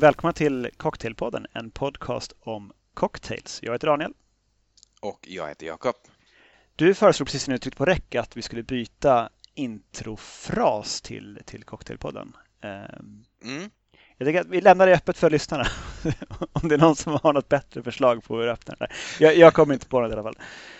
välkomna till Cocktailpodden, en podcast om cocktails. Jag heter Daniel. Och jag heter Jakob. Du föreslog precis när du tryckte på räck att vi skulle byta introfras till Cocktailpodden. Jag tänker att vi lämnar det öppet för lyssnarna. Om det är någon som har något bättre förslag på hur öppna det är. Jag kommer inte på något i alla fall.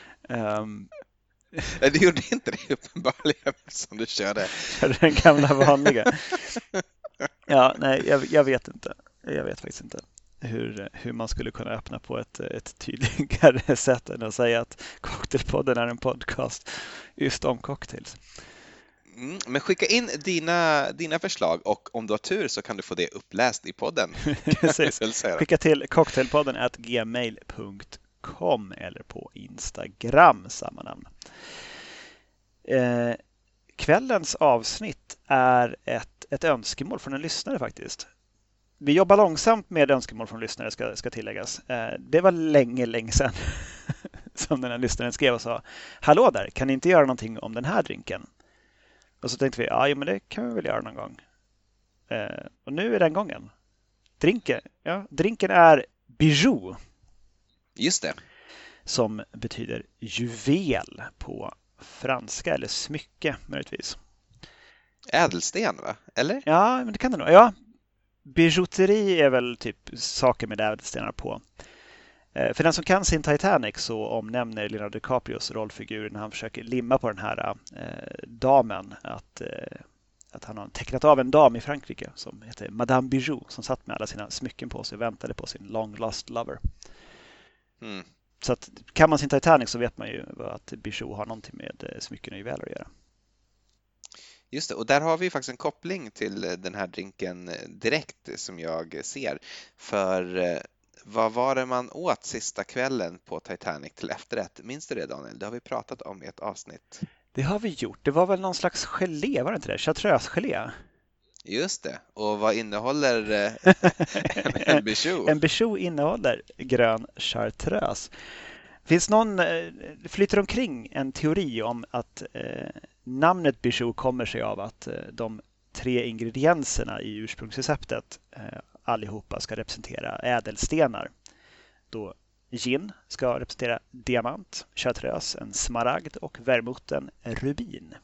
Nej, du gjorde inte det uppenbarligen som du körde. Den gamla vanliga. Ja, nej, jag vet inte. Jag vet faktiskt inte hur man skulle kunna öppna på ett tydligare sätt än att säga att Cocktailpodden är en podcast just om cocktails. Men skicka in dina förslag och om du har tur så kan du få det uppläst i podden. Precis. Skicka till cocktailpodden@gmail.com eller på Instagram, samma namn. Kvällens avsnitt är ett önskemål från en lyssnare faktiskt. Vi jobbar långsamt med önskemål från lyssnare ska tilläggas. Det var länge sedan som den här lyssnaren skrev och sa: hallå där, kan ni inte göra någonting om den här drinken? Och så tänkte vi, ja men det kan vi väl göra någon gång. Och nu är den gången. Drinken är Bijou. Just det. Som betyder juvel på franska, eller smycke möjligtvis. Ädelsten, va? Eller? Ja, men det kan det nog. Ja, bijouterie är väl typ saker med ädelstenar på. För den som kan sin Titanic så omnämner Leonardo DiCaprios rollfigur när han försöker limma på den här damen att han har tecknat av en dam i Frankrike som heter Madame Bijou som satt med alla sina smycken på sig och väntade på sin long lost lover. Så att, kan man sin Titanic så vet man ju att Bijou har någonting med smycken och juveler att göra. Just det, och där har vi faktiskt en koppling till den här drinken direkt som jag ser. För vad var det man åt sista kvällen på Titanic till efterrätt? Minns du det, Daniel? Det har vi pratat om i ett avsnitt. Det har vi gjort. Det var väl någon slags gelé, var det inte det? Chartreuse-gelé. Just det. Och vad innehåller en Bijou? En Bijou innehåller grön chartreuse. Flyter omkring en teori om att namnet Bijou kommer sig av att de 3 ingredienserna i ursprungsreceptet allihopa ska representera ädelstenar. Då gin ska representera diamant, chartreuse en smaragd och vermouth en rubin.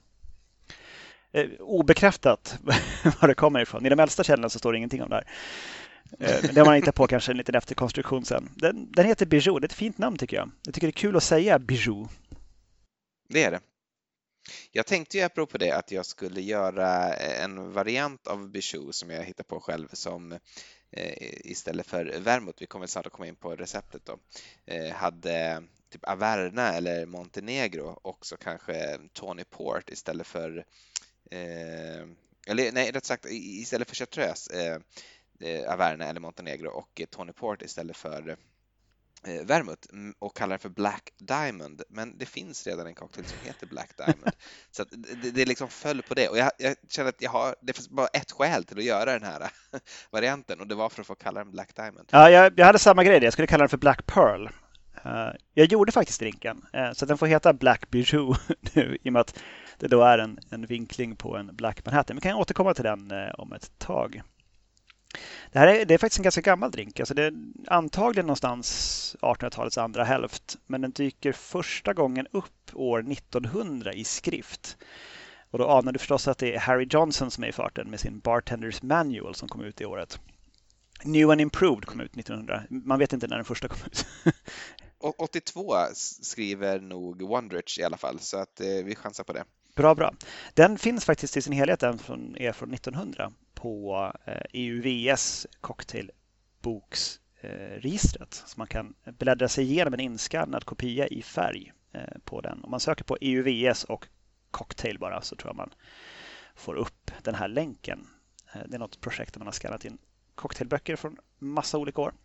Obekräftat var det kommer ifrån. I de äldsta källorna så står det ingenting om det här. Det har man hittat på kanske en liten efterkonstruktion sen. Den heter Bijou. Det är ett fint namn tycker jag. Jag tycker det är kul att säga Bijou. Det är det. Jag tänkte ju apropå det att jag skulle göra en variant av Bijou som jag hittar på själv som istället för vermouth, vi kommer snart att komma in på receptet då, hade typ Averna eller Montenegro och så kanske Tawny Port istället för eller nej, rätt sagt istället för Chartreuse Averna eller Montenegro och Tawny Port istället för vermouth och kallar det för Black Diamond, men det finns redan en cocktail som heter Black Diamond så att det liksom föll på det och jag kände att det finns bara ett skäl till att göra den här varianten och det var för att få kalla den Black Diamond. Ja, jag hade samma grej, jag skulle kalla den för Black Pearl. Jag gjorde faktiskt drinken så att den får heta Black Bijou nu i och med att det då är en vinkling på en Black Manhattan. Vi kan återkomma till den om ett tag. Det är faktiskt en ganska gammal drink. Alltså det är antagligen någonstans 1800-talets andra hälft. Men den dyker första gången upp år 1900 i skrift. Och då anar du förstås att det är Harry Johnson som är i farten med sin Bartender's Manual som kom ut det året. New and Improved kom ut 1900. Man vet inte när den första kom ut. 82 skriver nog Wondrich i alla fall. Så att vi chansar på det. Bra. Den finns faktiskt i sin helhet. Den är från 1900. På EUVS cocktailboksregistret. Så man kan bläddra sig igenom en inskannad kopia i färg på den. Om man söker på EUVS och cocktail bara så tror jag man får upp den här länken. Det är något projekt där man har skannat in cocktailböcker från massa olika år.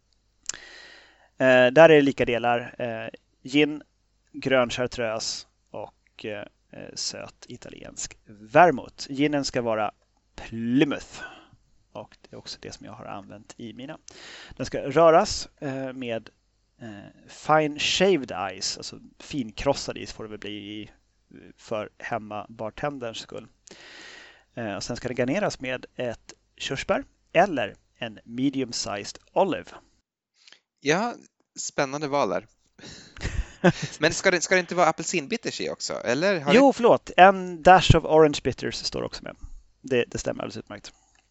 Där är det lika delar gin, grön chartreuse och söt italiensk vermouth. Ginen ska vara Plymouth och det är också det som jag har använt i mina. Den ska röras med fine shaved ice, alltså finkrossad is får det väl bli för hemmabartenderns skull. Och sen ska det garneras med ett körsbär eller en medium-sized olive. Ja, spännande val där. Men ska det inte vara apelsinbitters i också? Eller har Jo, förlåt. En dash of orange bitters står också med. Det stämmer alldeles utmärkt.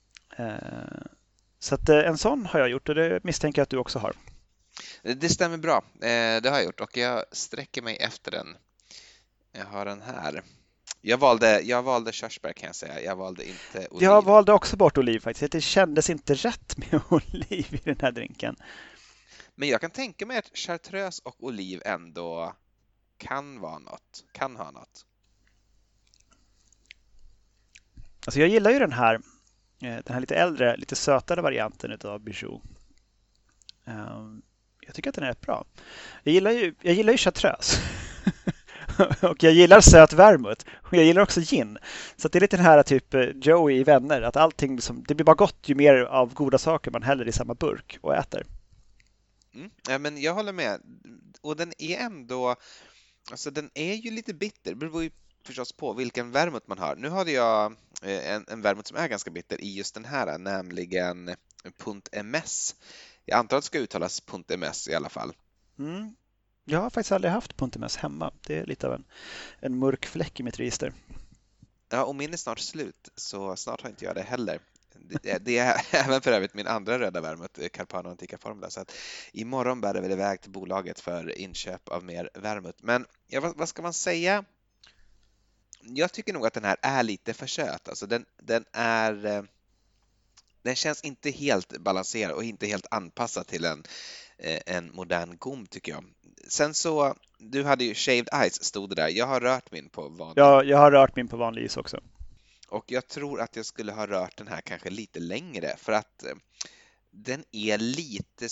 Så att en sån har jag gjort och det misstänker jag att du också har. Det stämmer bra. Det har jag gjort och jag sträcker mig efter den. Jag har den här. Jag valde körsbär kan jag säga. Jag valde inte oliv. Jag valde också bort oliv faktiskt. Det kändes inte rätt med oliv i den här drinken. Men jag kan tänka mig att chartreuse och oliv ändå kan ha något. Alltså jag gillar ju den här lite äldre, lite sötare varianten av Bijou. Jag tycker att den är rätt bra. Jag gillar ju chartreuse. Och jag gillar söt vermouth. Och jag gillar också gin. Så det är lite den här typ Joey i Vänner. Att allting det blir bara gott ju mer av goda saker man häller i samma burk och äter. Ja, men jag håller med. Och den är ändå... Alltså den är ju lite bitter. Det beror ju förstås på vilken vermouth man har. Nu hade jag en vermouth som är ganska bitter i just den här, nämligen Punt MS. Jag antar att det ska uttalas Punt MS i alla fall. Jag har faktiskt aldrig haft Punt MS hemma. Det är lite av en mörk fläck i mitt register. Ja, och min är snart slut, så snart har inte jag det heller. Det är även för övrigt min andra röda vermouth, Carpano Antica Formula. Så att imorgon bär det väl iväg till bolaget för inköp av mer vermouth. Men ja, vad ska man säga? Jag tycker nog att den här är lite för söt. Alltså den känns inte helt balanserad och inte helt anpassad till en modern gom tycker jag. Sen så, du hade ju shaved ice stod det där. Jag har rört min på vanlig. Ja, jag har rört min på vanlig is också. Och jag tror att jag skulle ha rört den här kanske lite längre för att den är lite,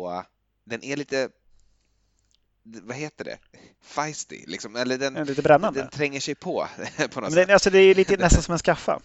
vad heter det? Feisty liksom, eller lite brännande. Den tränger sig på något men sätt. Alltså det är lite nästan som en skaffa.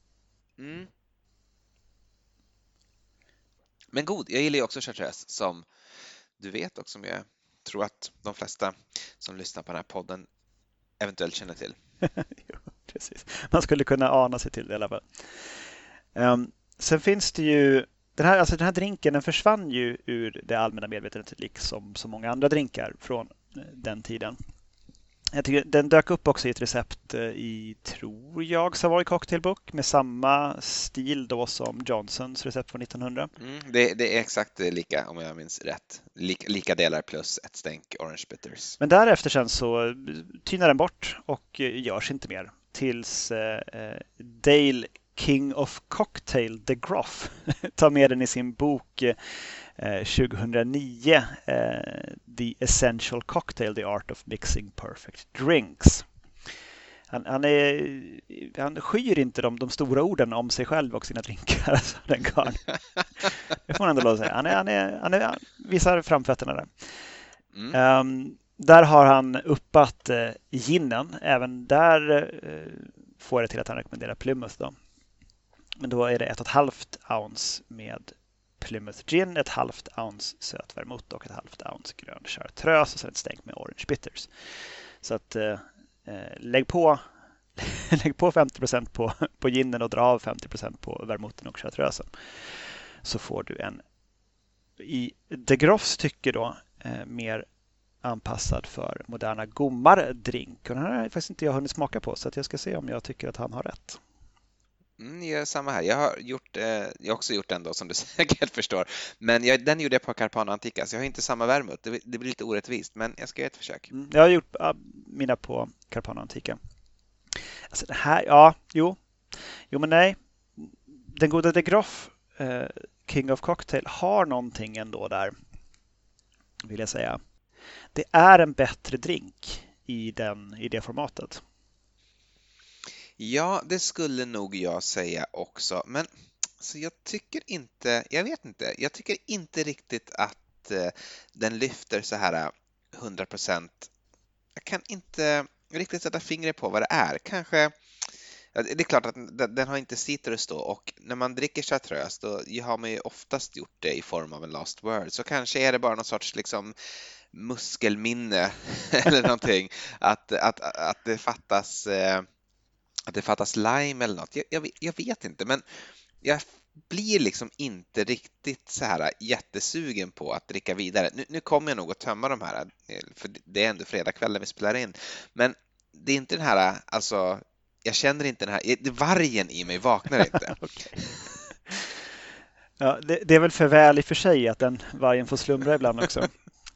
Men god, jag gillar ju också chartreuse som du vet och som jag tror att de flesta som lyssnar på den här podden eventuellt känner till. Jo, precis. Man skulle kunna ana sig till det i alla fall. Sen finns det ju den här drinken, den försvann ju ur det allmänna medvetandet liksom så många andra drinkar från den tiden. Jag tycker den dök upp också i ett recept i, tror jag, Savoy Cocktail Book med samma stil då som Johnsons recept från 1900. Det är exakt lika om jag minns rätt. Lika delar plus ett stänk orange bitters. Men därefter sen så tynar den bort och görs inte mer tills Dale King of Cocktail, de Groff, tar med den i sin bok 2009, The Essential Cocktail, The Art of Mixing Perfect Drinks. Han skyr inte de stora orden om sig själv och sina drinkar, alltså, den karln. Det får man ändå lov att säga. Han visar framfötterna där. Där har han uppat ginen. Även där får det till att han rekommenderar Plymouth då. Men då är det 1,5 ounce med Plymouth Gin, 1,5 ounce söt vermouth och 1,5 ounce grön chartreuse och sen ett stänk med orange bitters. Så att lägg på 50% på ginen och dra av 50% på vermouthen och chartreusen. Så får du en i de Groffs tycker då mer anpassad för moderna gommar-drink. Och den här har faktiskt inte jag hunnit smaka på så att jag ska se om jag tycker att han har rätt. Ja, samma här. Jag har också gjort den då som du säkert förstår. Men den gjorde jag på Carpano Antica så jag har inte samma vermouth. Det blir lite orättvist men jag ska göra ett försök. Jag har gjort mina på Carpano Antica. Alltså det här, jo men nej. Den goda de Groff King of Cocktail har någonting ändå där, vill jag säga. Det är en bättre drink i det formatet. Ja, det skulle nog jag säga också. Men så jag tycker inte riktigt att den lyfter så här 100%. Jag kan inte riktigt sätta fingret på vad det är. Kanske, det är klart att den har inte citrus då och när man dricker chartreuse då har man ju oftast gjort det i form av en last word. Så kanske är det bara någon sorts liksom muskelminne eller någonting att det fattas lime eller något. Jag vet inte, men jag blir liksom inte riktigt så här jättesugen på att dricka vidare. Nu kommer jag nog att tömma de här, för det är ändå fredagskvällen vi spelar in. Men det är inte den här, alltså, jag känner inte den här, vargen i mig vaknar inte. Okay. Ja, det är väl för väl i och för sig att den vargen får slumra ibland också.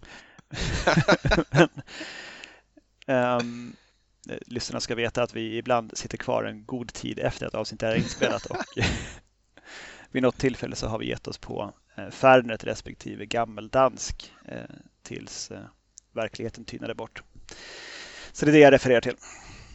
Men, lyssnarna ska veta att vi ibland sitter kvar en god tid efter att avsnittet är inspelat och vid något tillfälle så har vi gett oss på Fernet respektive gammeldansk tills verkligheten tynade bort. Så det är det jag refererar till.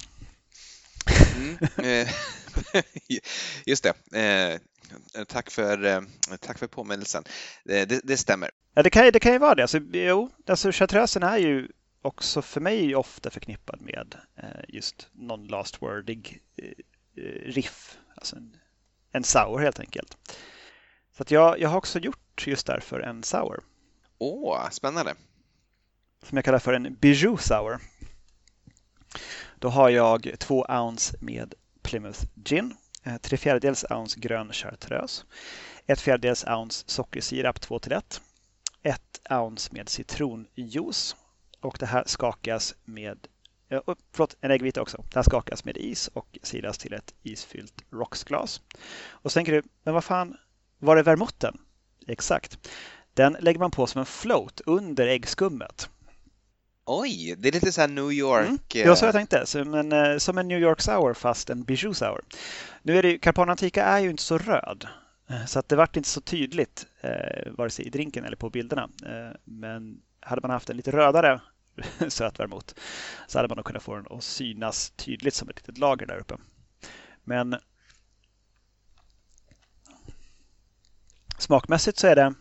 Just det. Tack för påminnelsen. Det stämmer. Ja, det kan ju vara det. Alltså chartreusen är ju också för mig ofta förknippad med just non-last wordig riff. Alltså en sour helt enkelt. Så att jag har också gjort just därför en sour. Spännande. Som jag kallar för en bijou sour. Då har jag 2 ounce med Plymouth Gin, 3/4 ounce grön chartreuse, 1/4 ounce sockersirap 2:1, 1 ounce med citronjuice och det här skakas med en äggvita också. Det här skakas med is och silas till ett isfyllt rocksglas. Och så tänker du, men vad fan, var är vermouten? Exakt. Den lägger man på som en float under äggskummet. Oj, det är lite så här New York. Det var så jag tänkte. Som en New York sour fast en bijou sour. Nu är det ju, Carpano Antica är ju inte så röd. Så att det vart inte så tydligt vare sig i drinken eller på bilderna. Men hade man haft en lite rödare söt vermouth så hade man nog kunnat få den att synas tydligt som ett litet lager där uppe. Men smakmässigt så är det,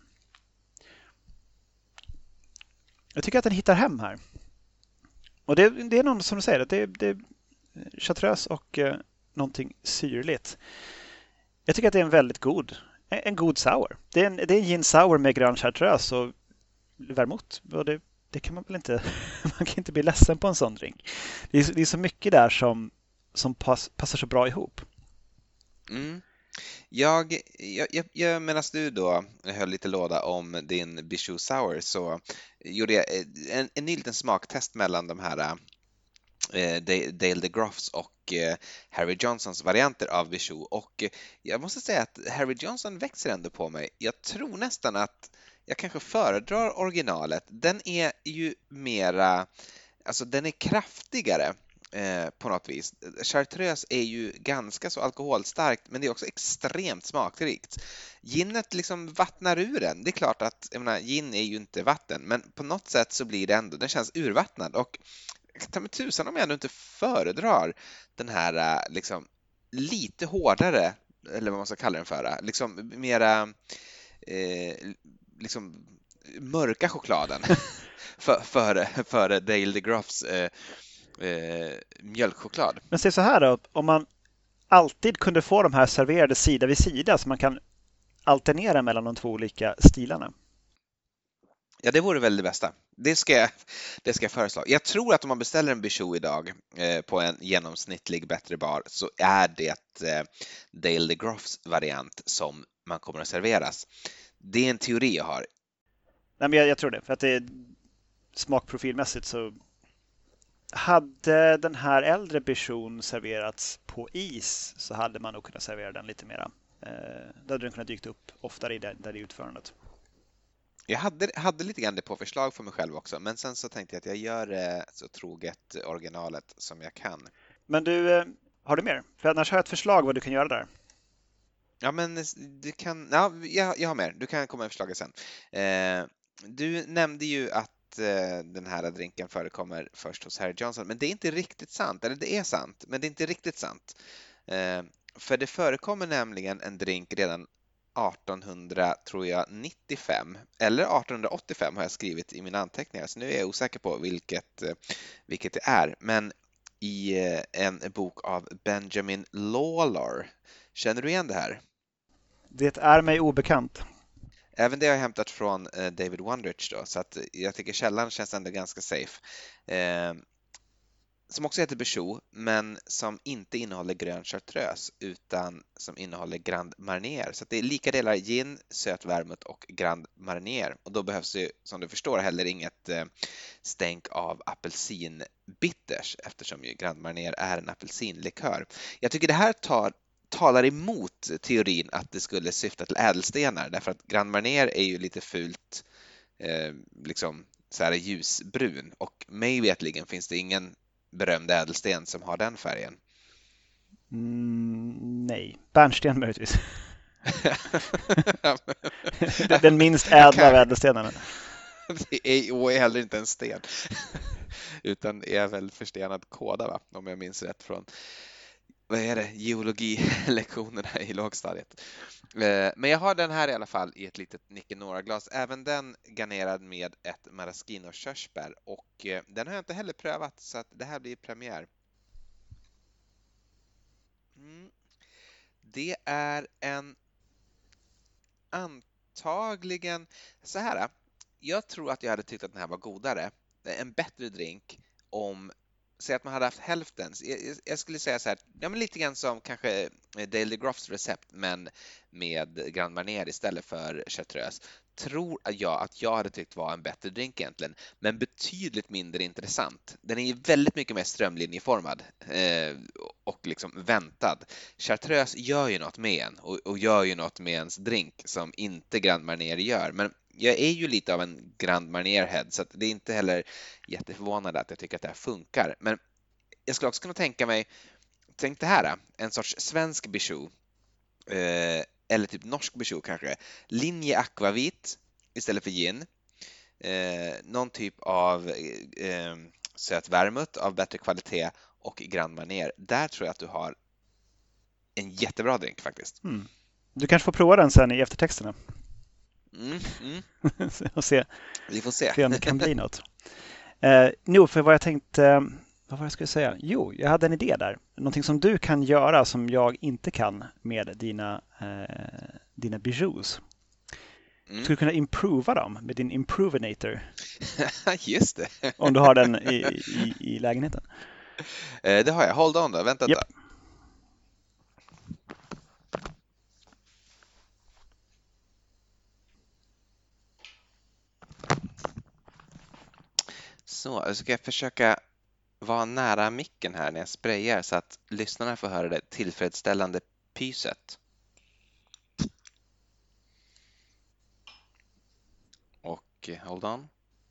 jag tycker att den hittar hem här. Och det är någon som du säger, det är chartreuse och någonting syrligt. Jag tycker att det är en väldigt en god sour. Det är en gin sour med grön chartreuse och vermouth. Och det kan man väl inte, man kan inte bli ledsen på en sån drink. Det är så mycket där som passar så bra ihop. Mm. Jag medan du då höll lite låda om din bijou sour så gjorde jag en ny liten smaktest mellan de här Dale DeGroffs och Harry Johnsons varianter av bijou och jag måste säga att Harry Johnson växer ändå på mig. Jag tror nästan att jag kanske föredrar originalet. Den är ju mera, alltså den är kraftigare på något vis. Chartreuse är ju ganska så alkoholstarkt men det är också extremt smakrikt. Ginet liksom vattnar ur den. Det är klart att, jag menar, gin är ju inte vatten men på något sätt så blir det ändå, den känns urvattnad och ta med tusan om jag ändå inte föredrar den här liksom lite hårdare, eller vad man ska kalla den för, liksom mera liksom mörka chokladen före Dale DeGroffs mjölkchoklad. Men se så här då, om man alltid kunde få de här serverade sida vid sida så man kan alternera mellan de 2 olika stilarna. Ja, det vore väl det bästa. Det ska jag föreslå. Jag tror att om man beställer en bijou idag på en genomsnittlig bättre bar så är det Dale DeGroffs variant som man kommer att serveras. Det är en teori jag har. Nej, men jag tror det. För att det är smakprofilmässigt så hade den här äldre bijoun serverats på is så hade man nog kunnat servera den lite mera. Då hade den kunnat dykt upp oftare i det utförandet. Jag hade lite grann det på förslag för mig själv också, men sen så tänkte jag att jag gör det så troget originalet som jag kan. Men du, har du mer? För annars har jag ett förslag vad du kan göra där. Ja, men du kan... Ja, jag har mer. Du kan komma med förslaget sen. Du nämnde ju att den här drinken förekommer först hos Harry Johnson, men det är inte riktigt sant. Eller det är sant, men det är inte riktigt sant. För det förekommer nämligen en drink redan 1895 eller 1885 har jag skrivit i mina anteckningar, så nu är jag osäker på vilket det är. Men i en bok av Benjamin Lawlor. Känner du igen det här? Det är mig obekant. Även det har jag hämtat från David Wondrich då, så att jag tycker källan känns ändå ganska safe. som också heter Bijou, men som inte innehåller grön chartreuse utan som innehåller Grand Marnier. Så det är lika delar gin, söt vermouth och Grand Marnier. Och då behövs ju, som du förstår, heller inget stänk av apelsinbitters eftersom ju Grand Marnier är en apelsinlikör. Jag tycker det här talar emot teorin att det skulle syfta till ädelstenar, därför att Grand Marnier är ju lite fult liksom så här ljusbrun, och mig vetligen finns det ingen berömd ädelsten som har den färgen. Nej, bärnsten möjligtvis. Den minst ädla av ädelstenarna. Det är heller inte en sten, utan är väl förstenad kåda, va? Om jag minns rätt från geologilektionerna i lågstadiet. Men jag har den här i alla fall i ett litet Nickenora-glas. Även den garnerad med ett maraschino-körsbär, och den har jag inte heller prövat, så att det här blir premiär. Det är en antagligen så här. Jag tror att jag hade tyckt att den här var godare, en bättre drink, om säg att man hade haft hälften. Jag skulle säga så här, ja, men lite grann som kanske Dale DeGroffs recept, men med Grand Marnier istället för chartreuse. Tror jag att jag hade tyckt var en bättre drink egentligen, men betydligt mindre intressant. Den är ju väldigt mycket mer strömlinjeformad och liksom väntad. Chartreuse gör ju något med en och gör ju något med ens drink som inte Grand Marnier gör, men jag är ju lite av en Grand Marnier-head, så att det är inte heller jätteförvånande att jag tycker att det här funkar. Men jag skulle också kunna tänk det här, en sorts svensk Bijou, eller typ norsk Bijou kanske. Linje akvavit istället för gin. Någon typ av söt vermouth av bättre kvalitet och Grand Marnier. Där tror jag att du har en jättebra drink faktiskt. Du kanske får prova den sen i eftertexterna. Och Vi får se om det kan bli något. Nu för vad jag tänkte, vad var jag skulle säga? Jo, jag hade en idé där. Någonting som du kan göra som jag inte kan med dina bijous. Du skulle kunna improva dem med din Improvinator. Just det. Om du har den i lägenheten. Det har jag. Hold on då. Vänta. Yep. Så ska jag försöka vara nära micken här när jag sprayar så att lyssnarna får höra det tillfredsställande pyset. Och hold on.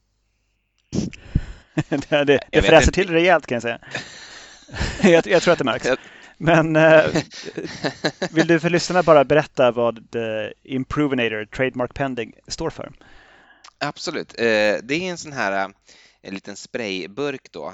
det fräser till rejält, kan jag säga. jag tror att det märks. Men vill du för lyssnarna bara berätta vad Improvinator Trademark Pending står för? Absolut. Det är en sån här en liten sprayburk då.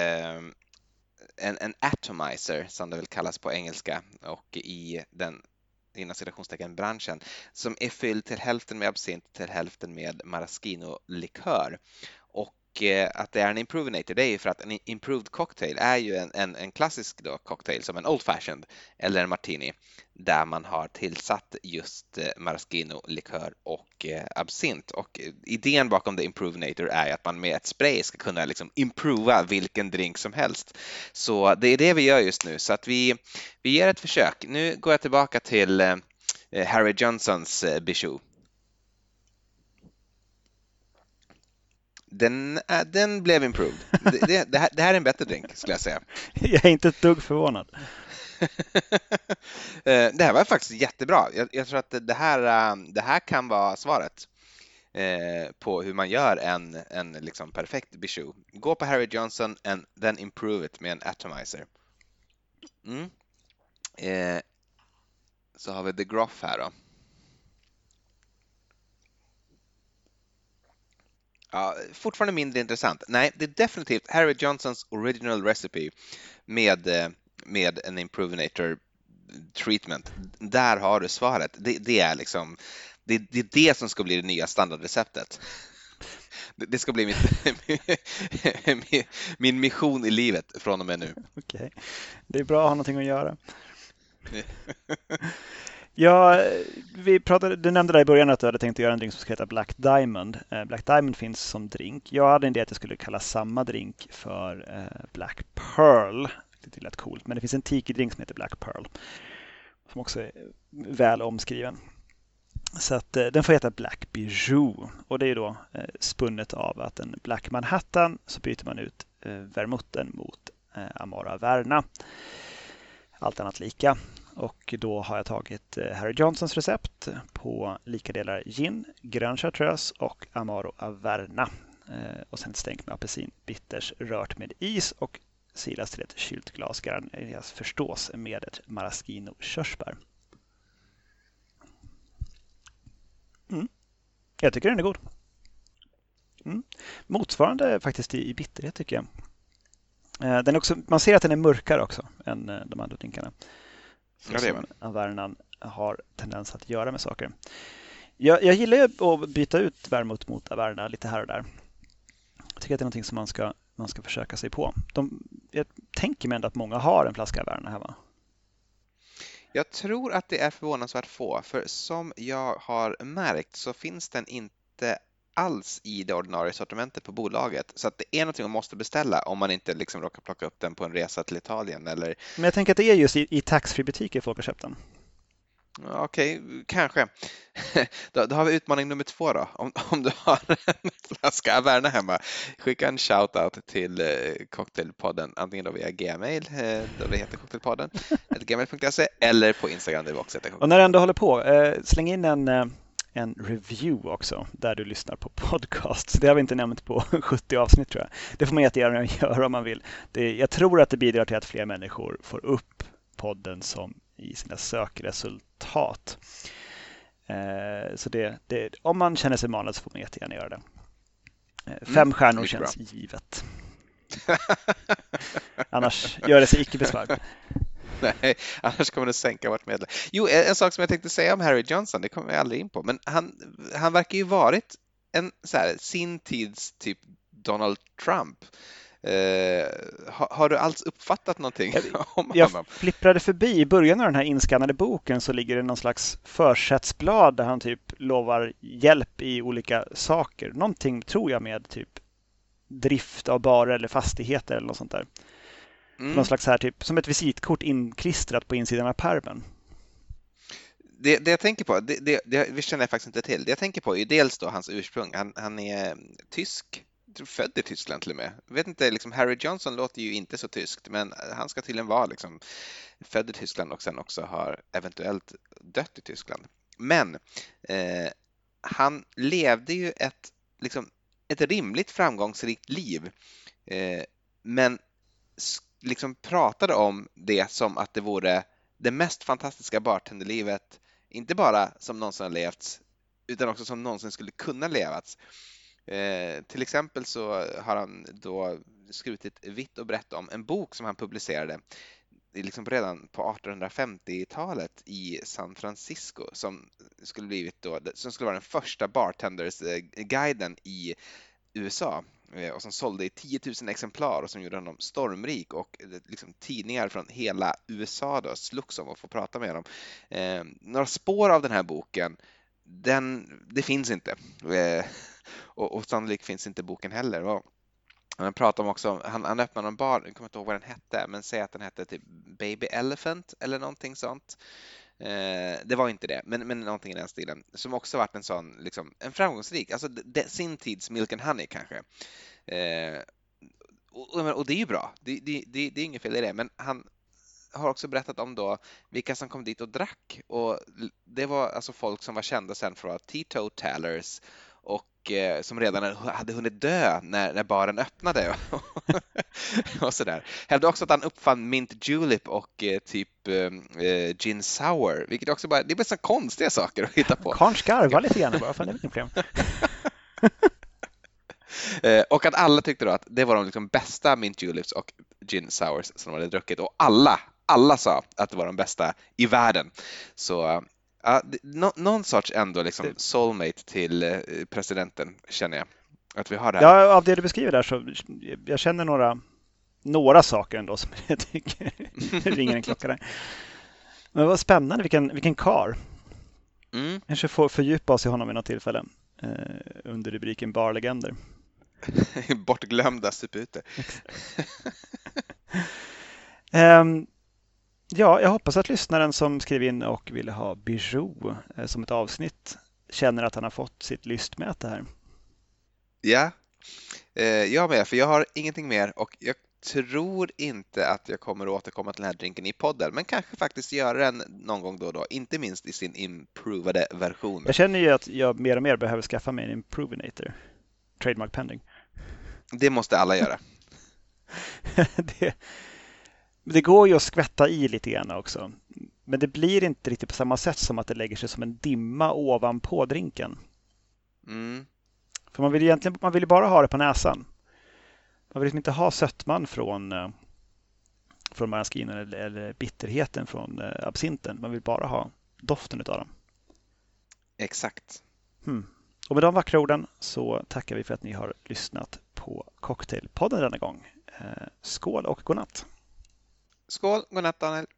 En atomizer som det väl kallas på engelska, och i den inom citationstecken branschen, som är fylld till hälften med absint, till hälften med maraschino-likör. Och att det är en Improvinator, det är ju för att en improved cocktail är ju en klassisk då cocktail som en old fashioned eller en martini, där man har tillsatt just maraschino-likör och absint. Och idén bakom The Improvinator är att man med ett spray ska kunna liksom improva vilken drink som helst. Så det är det vi gör just nu, så att vi ger ett försök. Nu går jag tillbaka till Harry Johnsons Bijou. Den blev improved. Det här är en bättre drink, skulle jag säga. Jag är inte ett dugg förvånad. Det här var faktiskt jättebra. Jag tror att det här kan vara svaret på hur man gör en liksom perfekt Bijou. Gå på Harry Johnson and then improve it med en atomizer. Så har vi The Groff här då. Ja, fortfarande mindre intressant. Nej, det är definitivt Harry Johnsons original recipe med en Improvinator treatment. Där har du svaret. Det är liksom det är det som ska bli det nya standardreceptet. Det ska bli min mission i livet från och med nu. Okej. Det är bra att ha någonting att göra. Ja, du nämnde där i början att du hade tänkt att göra en drink som ska heta Black Diamond. Black Diamond finns som drink. Jag hade en idé att jag skulle kalla samma drink för Black Pearl. Det lät coolt, men det finns en tiki-drink som heter Black Pearl som också är väl omskriven. Så att den får heta Black Bijou och det är då spunnet av att en Black Manhattan så byter man ut vermutten mot Amaro Averna. Allt annat lika. Och då har jag tagit Harry Johnsons recept på lika delar gin, grön chartreuse och Amaro Averna. Och sen ett stänk med apelsinbitters rört med is och silas till ett kylt glas garneras förstås med ett maraschino körsbär. Jag tycker den är god. Motsvarande faktiskt i bitterhet tycker jag. Den är också, man ser att den är mörkare också än de andra drinkarna. Ja, det är man. Avernan har tendens att göra med saker. Jag gillar ju att byta ut vermouth mot Averna lite här och där. Jag tycker att det är någonting som man ska försöka sig på. Jag tänker mig ändå att många har en flaska Averna hemma. Jag tror att det är förvånansvärt få, för som jag har märkt så finns den inte alls i det ordinarie sortimentet på bolaget. Så att det är någonting man måste beställa om man inte liksom råkar plocka upp den på en resa till Italien. Eller... Men jag tänker att det är just i tax-free-butiker folk har köpt den. Okej, kanske. Då har vi utmaning nummer 2 då. Om du har en flaska Averna hemma, skicka en shoutout till Cocktailpodden, antingen då via Gmail, då det heter Cocktailpodden, gmail.se, eller på Instagram där vi också heter Cocktailpodden. Och när du ändå håller på, släng in en review också där du lyssnar på podcast. Det har vi inte nämnt på 70 avsnitt tror jag. Det får man jättegärna göra om man vill. Jag tror att det bidrar till att fler människor får upp podden som i sina sökresultat. Så om man känner sig manad så får man jättegärna göra det. 5 stjärnor känns givet. Annars gör det sig icke besvär. Nej, annars kommer det sänka vårt medel. Jo, en sak som jag tänkte säga om Harry Johnson, det kommer jag aldrig in på, men han verkar ju varit en så här, sin tids typ Donald Trump. Har du alls uppfattat någonting om jag honom? flipprade förbi. I början av den här inskannade boken så ligger det någon slags försättsblad där han typ lovar hjälp i olika saker. Någonting tror jag med typ drift av barer eller fastigheter eller något sånt där. Någon slags här typ som ett visitkort inklistrat på insidan av pärmen. Det jag tänker på, det känner jag faktiskt inte till. Det jag tänker på är dels då hans ursprung. Han är tysk. Född i Tyskland till och med. Jag vet inte, liksom Harry Johnson låter ju inte så tyskt, men han ska tydligen vara liksom född i Tyskland och sen också har eventuellt dött i Tyskland. Men han levde ju ett rimligt framgångsrikt liv, men liksom pratade om det som att det vore det mest fantastiska bartenderlivet, inte bara som någonsin har levts, utan också som någonsin skulle kunna levas. Till exempel så har han då skrivit vitt och brett om en bok som han publicerade liksom redan på 1850-talet i San Francisco som skulle vara den första bartenders-guiden i USA och som sålde i 10 000 exemplar och som gjorde honom stormrik, och liksom tidningar från hela USA då slogs om att få prata med honom. Några spår av den här boken, det finns inte. Och sannolikt finns inte boken heller. Och han pratar om också, han öppnade en bar, jag kommer inte ihåg vad den hette, men säg att den hette typ Baby Elephant eller någonting sånt. Det var inte det, men någonting i den stilen, som också varit en sån, liksom, en framgångsrik, alltså sin tids Milk and Honey kanske. Och det är ju bra, det är inget fel i det, men han har också berättat om då vilka som kom dit och drack, och det var alltså folk som var kända sen för att vara teetotalers och som redan hade hunnit dö när baren öppnade och sådär. Hävdade också att han uppfann mint julep och typ gin sour, vilket också det är bara så konstiga saker att hitta på. Karn skarvar lite grann bara, fan det är inget problem. Och att alla tyckte då att det var de liksom bästa mint juleps och gin sours som de hade druckit, och alla sa att det var de bästa i världen. Så någon sorts ändå liksom soulmate till presidenten, känner jag att vi har det här. Ja, av det du beskriver där så jag känner några saker ändå som jag tycker ringer en klocka där. Men vad spännande, vilken karl. Mm. Kanske får fördjupa oss i honom i något tillfälle under rubriken barlegender. Bortglömda supute. Ja, jag hoppas att lyssnaren som skrev in och ville ha Bijou som ett avsnitt känner att han har fått sitt lystmäte här. Ja, jag med, för jag har ingenting mer och jag tror inte att jag kommer att återkomma till den här drinken i podden, men kanske faktiskt göra den någon gång då och då, inte minst i sin improvade version. Jag känner ju att jag mer och mer behöver skaffa mig en Improvinator. Trademark pending. Det måste alla göra. det går ju att skvätta i lite grann också. Men det blir inte riktigt på samma sätt som att det lägger sig som en dimma ovanpå drinken. Mm. För man vill ju bara ha det på näsan. Man vill liksom inte ha sötman från maraschinen eller bitterheten från absinten. Man vill bara ha doften utav dem. Exakt. Och med de vackra orden så tackar vi för att ni har lyssnat på Cocktailpodden denna gång. Skål och godnatt! Skål, godnatt Daniel!